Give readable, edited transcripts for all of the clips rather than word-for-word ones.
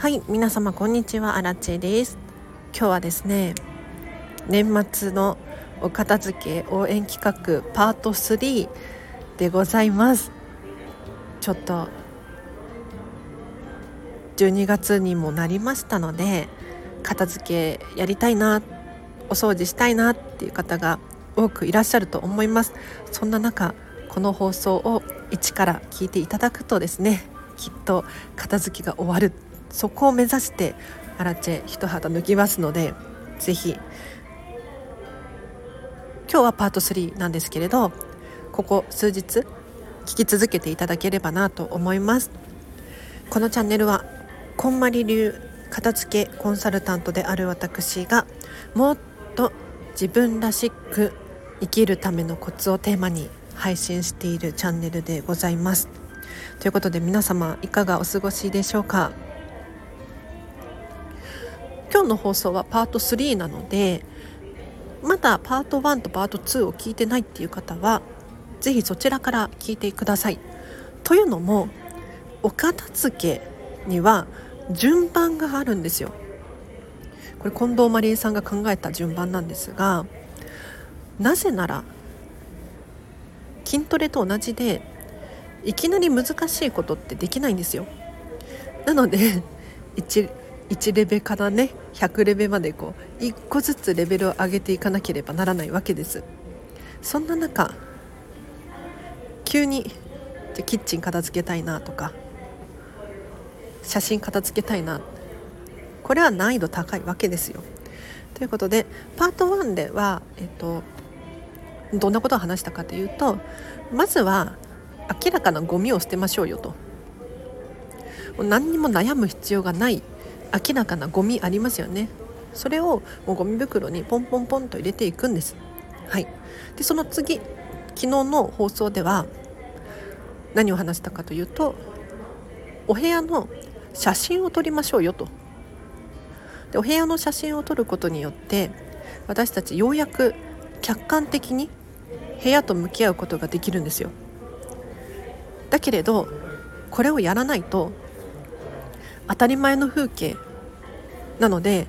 はい、皆様こんにちは、アラチェです。今日はですね、年末のお片付け応援企画パート3でございます。ちょっと12月にもなりましたので、片付けやりたいな、お掃除したいなっていう方が多くいらっしゃると思います。そんな中、この放送を一から聞いていただくとですね、きっと片付けが終わる、そこを目指してアラチェ一肌脱ぎますので、ぜひ今日はパート3なんですけれど、ここ数日聞き続けていただければなと思います。このチャンネルはこんまり流片付けコンサルタントである私が、もっと自分らしく生きるためのコツをテーマに配信しているチャンネルでございます。ということで、皆様いかがお過ごしでしょうか。今日の放送はパート3なので、まだパート1とパート2を聞いてないっていう方はぜひそちらから聞いてください。というのも、お片付けには順番があるんですよ。これ近藤麻理恵さんが考えた順番なんですが、なぜなら筋トレと同じで、いきなり難しいことってできないんですよ。なので1レベからね100レベまで1個ずつレベルを上げていかなければならないわけです。そんな中、急にキッチン片付けたいなとか、写真片付けたいな、これは難易度高いわけですよ。ということで、パート1では、どんなことを話したかというと、まずは明らかなゴミを捨てましょうよと。何にも悩む必要がない明らかなゴミありますよね。それをもうゴミ袋にポンポンポンと入れていくんです。はい。でその次、昨日の放送では何を話したかというと、お部屋の写真を撮りましょうよと。でお部屋の写真を撮ることによって、私たちようやく客観的に部屋と向き合うことができるんですよ。だけれど、これをやらないと当たり前の風景なので、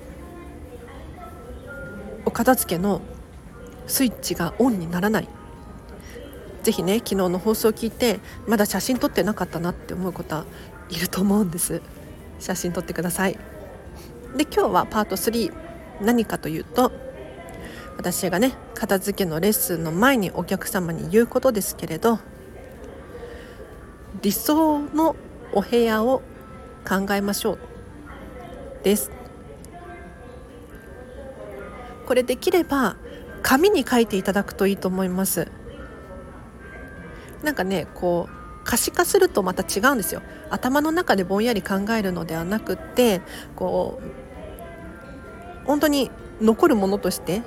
お片付けのスイッチがオンにならない。ぜひね、昨日の放送を聞いてまだ写真撮ってなかったなって思う方いると思うんです。写真撮ってください。で今日はパート3、何かというと、私がね片付けのレッスンの前にお客様に言うことですけれど、理想のお部屋を考えましょうです。これできれば紙に書いていただくといいと思います。なんかね、可視化するとまた違うんですよ。頭の中でぼんやり考えるのではなくって、本当に残るものとして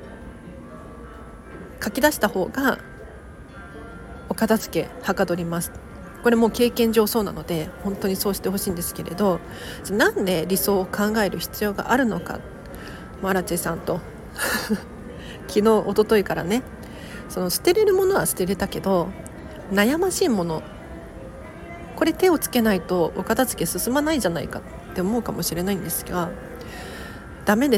書き出した方がお片付けはかどります。これも経験上そうなので本当にそうしてほしいんですけれど、なんで理想を考える必要があるのか、アラチェさんと昨日一昨日からね、その捨てれるものは捨てれたけど、悩ましいもの、これ手をつけないとお片付け進まないじゃないかって思うかもしれないんですが、ダメです。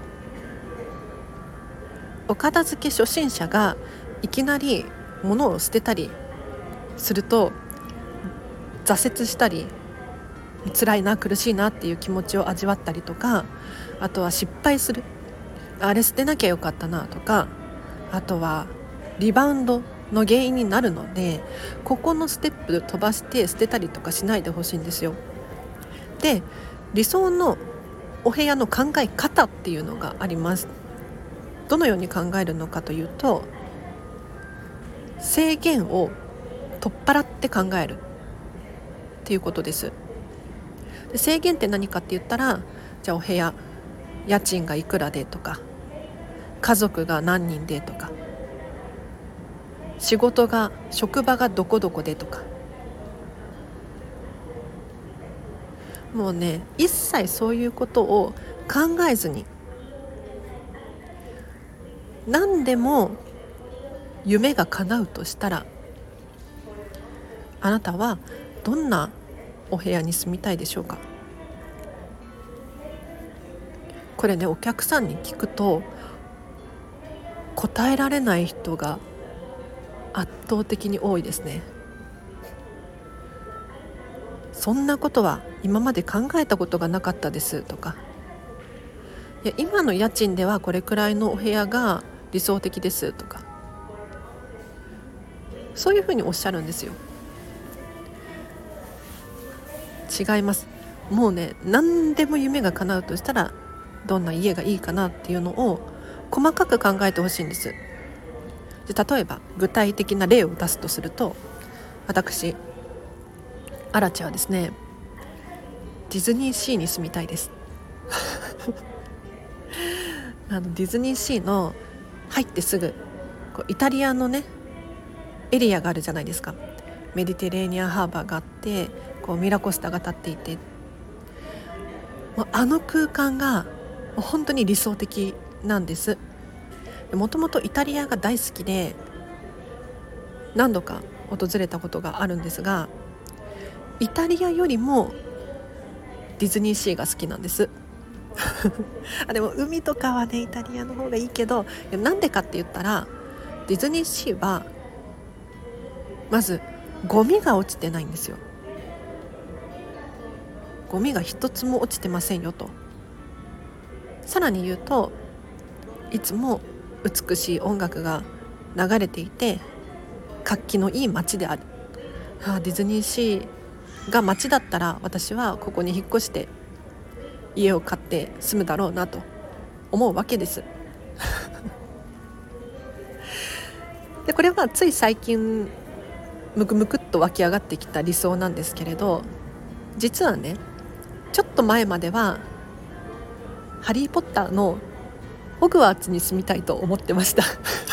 お片付け初心者がいきなり物を捨てたりすると、挫折したり辛いな、苦しいなっていう気持ちを味わったりとか、あとは失敗する、あれ捨てなきゃよかったなとか、あとはリバウンドの原因になるので、ここのステップ飛ばして捨てたりとかしないでほしいんですよ。で、理想のお部屋の考え方っていうのがあります。どのように考えるのかというと、制限を取っ払って考えるっていうことです。で制限って何かって言ったら、じゃあお部屋家賃がいくらでとか、家族が何人でとか、職場がどこどこでとか、もうね、一切そういうことを考えずに、何でも夢が叶うとしたら、あなたはどんなお部屋に住みたいでしょうか。 これね、お客さんに聞くと答えられない人が圧倒的に多いですね。そんなことは今まで考えたことがなかったですとか、いや今の家賃ではこれくらいのお部屋が理想的ですとか、そういうふうにおっしゃるんですよ。違います。もうね、何でも夢が叶うとしたらどんな家がいいかなっていうのを細かく考えてほしいんです。で、例えば具体的な例を出すとすると、私アラチはですね、ディズニーシーに住みたいですディズニーシーの入ってすぐイタリアのねエリアがあるじゃないですか。メディテレーニアンハーバーがあって、ミラコスタが立っていて、あの空間が本当に理想的なんです。もともとイタリアが大好きで何度か訪れたことがあるんですが、イタリアよりもディズニーシーが好きなんですでも海とかはね、イタリアの方がいいけど、なんでかって言ったら、ディズニーシーはまずゴミが落ちてないんですよ。ゴミが一つも落ちてませんよと。さらに言うと、いつも美しい音楽が流れていて活気のいい街である。ディズニーシーが街だったら私はここに引っ越して家を買って住むだろうなと思うわけですで、これはつい最近むくむくっと湧き上がってきた理想なんですけれど、実はね、ちょっと前まではハリーポッターのホグワーツに住みたいと思ってました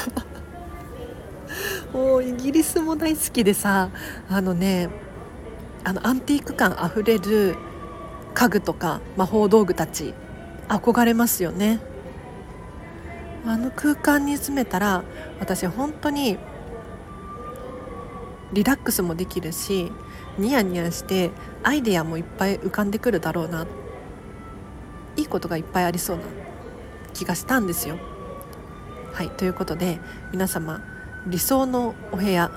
もうイギリスも大好きでさ、アンティーク感あふれる家具とか魔法道具たち憧れますよね。あの空間に住めたら私本当にリラックスもできるし、ニヤニヤしてアイデアもいっぱい浮かんでくるだろうな、いいことがいっぱいありそうな気がしたんですよ。はい、ということで皆様、理想のお部屋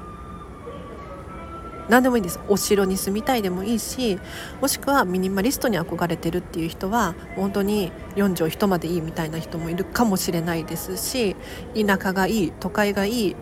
何でもいいんです。お城に住みたいでもいいし、もしくはミニマリストに憧れてるっていう人は本当に4畳一間でいいみたいな人もいるかもしれないですし、田舎がいい、都会がいい、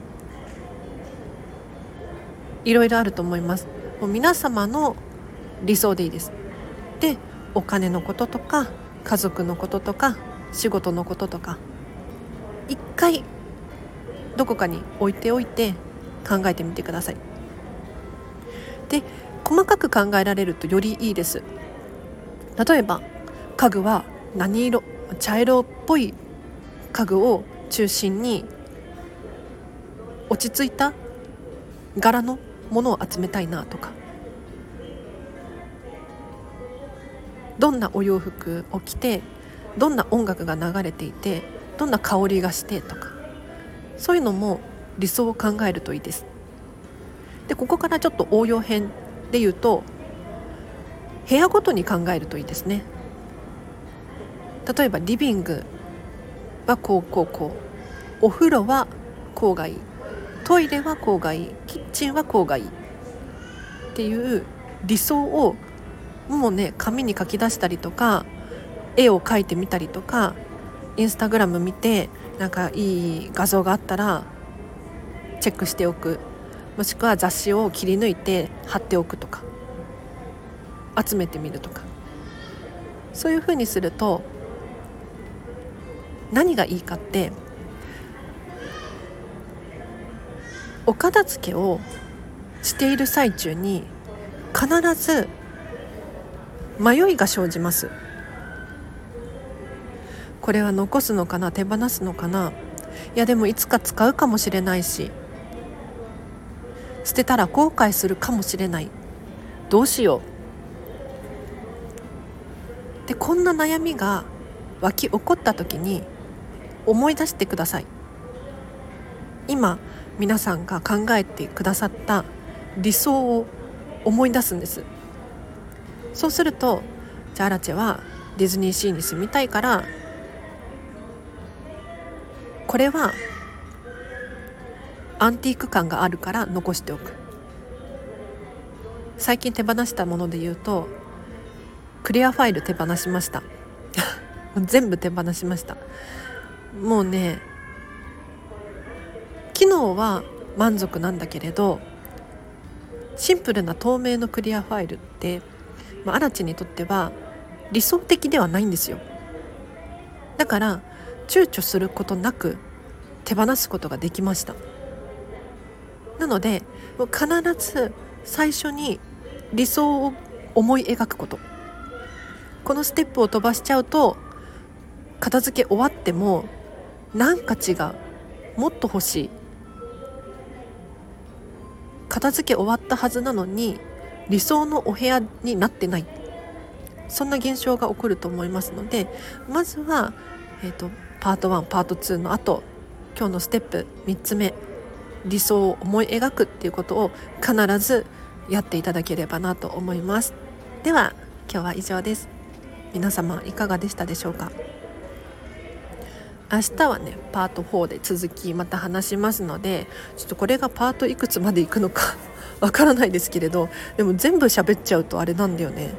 いろいろあると思います。もう皆様の理想でいいです。で、お金のこととか家族のこととか仕事のこととか、一回どこかに置いておいて考えてみてください。で、細かく考えられるとよりいいです。例えば家具は何色、茶色っぽい家具を中心に落ち着いた柄のものを集めたいなとか、どんなお洋服を着てどんな音楽が流れていてどんな香りがしてとか、そういうのも理想を考えるといいです。で、ここからちょっと応用編で言うと、部屋ごとに考えるといいですね。例えばリビングはこう、お風呂はこうがいい、トイレはこうがいい、キッチンはこうがいいっていう理想をもうね、紙に書き出したりとか絵を描いてみたりとか、インスタグラム見てなんかいい画像があったらチェックしておく、もしくは雑誌を切り抜いて貼っておくとか、集めてみるとか、そういう風にすると何がいいかって、お片付けをしている最中に必ず迷いが生じます。これは残すのかな、手放すのかな、いやでもいつか使うかもしれないし、捨てたら後悔するかもしれない、どうしようで、こんな悩みが湧き起こった時に思い出してください。今皆さんが考えてくださった理想を思い出すんです。そうすると、じゃあアラチェはディズニーシーに住みたいから、これはアンティーク感があるから残しておく。最近手放したもので言うと、クリアファイル手放しました全部手放しました。もうね、機能は満足なんだけれど、シンプルな透明のクリアファイルって、アラチにとっては理想的ではないんですよ。だから躊躇することなく手放すことができました。なのでもう必ず最初に理想を思い描くこと、このステップを飛ばしちゃうと片付け終わってもなんか違う、もっと欲しい、片付け終わったはずなのに理想のお部屋になってない、そんな現象が起こると思いますので、まずは、パート1パート2の後、今日のステップ3つ目、理想を思い描くっていうことを必ずやっていただければなと思います。では今日は以上です。皆様いかがでしたでしょうか。明日はねパート4で続きまた話しますので、ちょっとこれがパートいくつまでいくのかわからないですけれど、でも全部喋っちゃうとあれなんだよね。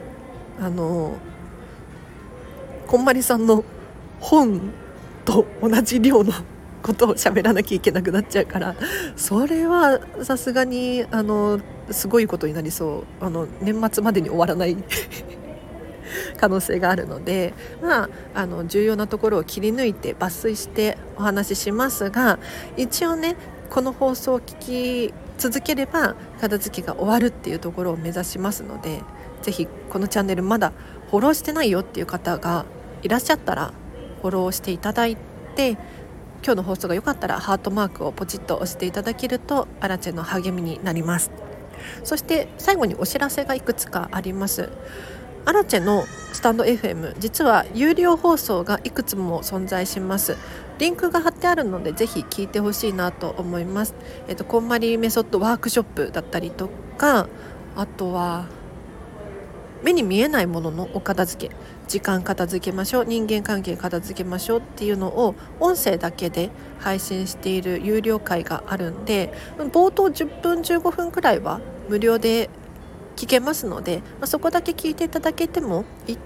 こんまりさんの本と同じ量のことを喋らなきゃいけなくなっちゃうから、それはさすがにすごいことになりそう。年末までに終わらない可能性があるので、重要なところを切り抜いて抜粋してお話ししますが、一応ねこの放送を聞き続ければ片付けが終わるっていうところを目指しますので、ぜひこのチャンネルまだフォローしてないよっていう方がいらっしゃったらフォローしていただいて、今日の放送が良かったらハートマークをポチッと押していただけるとアラチェの励みになります。そして最後にお知らせがいくつかあります。アラチェのスタンド FM、 実は有料放送がいくつも存在します。リンクが貼ってあるのでぜひ聞いてほしいなと思います。こんまりメソッドワークショップだったりとか、あとは目に見えないもののお片付け、時間片付けましょう、人間関係片付けましょうっていうのを音声だけで配信している有料会があるんで、冒頭10分15分くらいは無料で聞けますので、そこだけ聞いていただけても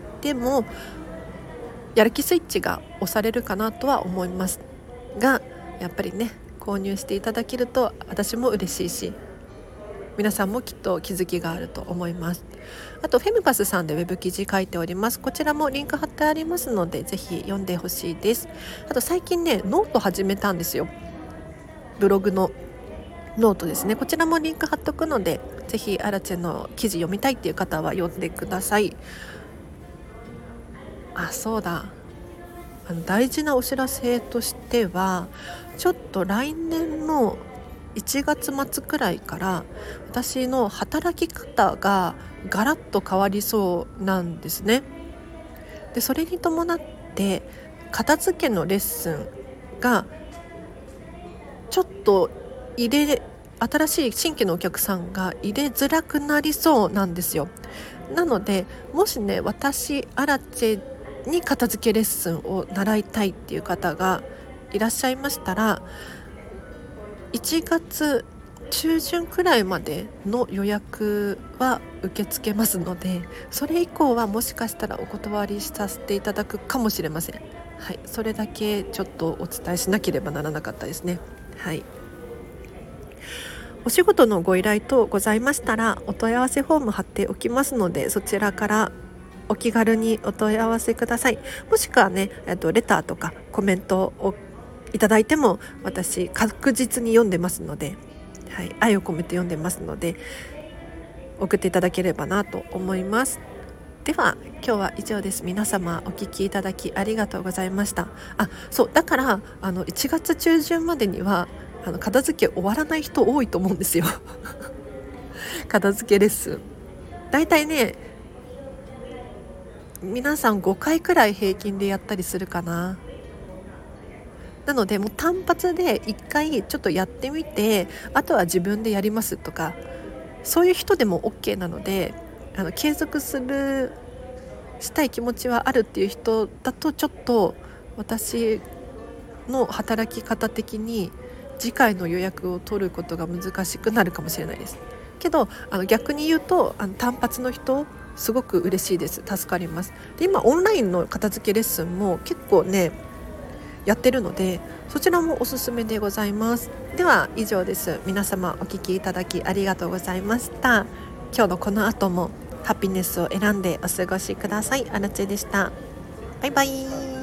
やる気スイッチが押されるかなとは思いますが、やっぱりね購入していただけると私も嬉しいし、皆さんもきっと気づきがあると思います。あとフェムパスさんでウェブ記事書いております。こちらもリンク貼ってありますのでぜひ読んでほしいです。あと最近ねノート始めたんですよ。ブログのノートですね。こちらもリンク貼っとくので、ぜひアラチェの記事読みたいっていう方は読んでください。そうだ、大事なお知らせとしては、ちょっと来年の1月末くらいから私の働き方がガラッと変わりそうなんですね。でそれに伴って片付けのレッスンがちょっと新しい新規のお客さんが入れづらくなりそうなんですよ。なのでもしね私アラチェに片付けレッスンを習いたいっていう方がいらっしゃいましたら、1月中旬くらいまでの予約は受け付けますので、それ以降はもしかしたらお断りさせていただくかもしれません。はい、それだけちょっとお伝えしなければならなかったですね。はい、お仕事のご依頼等ございましたらお問い合わせフォーム貼っておきますので、そちらからお気軽にお問い合わせください。もしくはねレターとかコメントをいただいても私確実に読んでますので、愛を込めて読んでますので送っていただければなと思います。では今日は以上です。皆様お聞きいただきありがとうございました。そうだから1月中旬までには片付け終わらない人多いと思うんですよ片付けレッスンだいたいね皆さん5回くらい平均でやったりするかな。なのでもう単発で1回ちょっとやってみて、あとは自分でやりますとか、そういう人でも OK なので継続するしたい気持ちはあるっていう人だと、ちょっと私の働き方的に次回の予約を取ることが難しくなるかもしれないですけど、逆に言うと単発の人すごく嬉しいです。助かります。で、今オンラインの片付けレッスンも結構ねやってるので、そちらもおすすめでございます。では以上です。皆様お聞きいただきありがとうございました。今日のこの後もハピネスを選んでお過ごしください。あらちでした。バイバイ。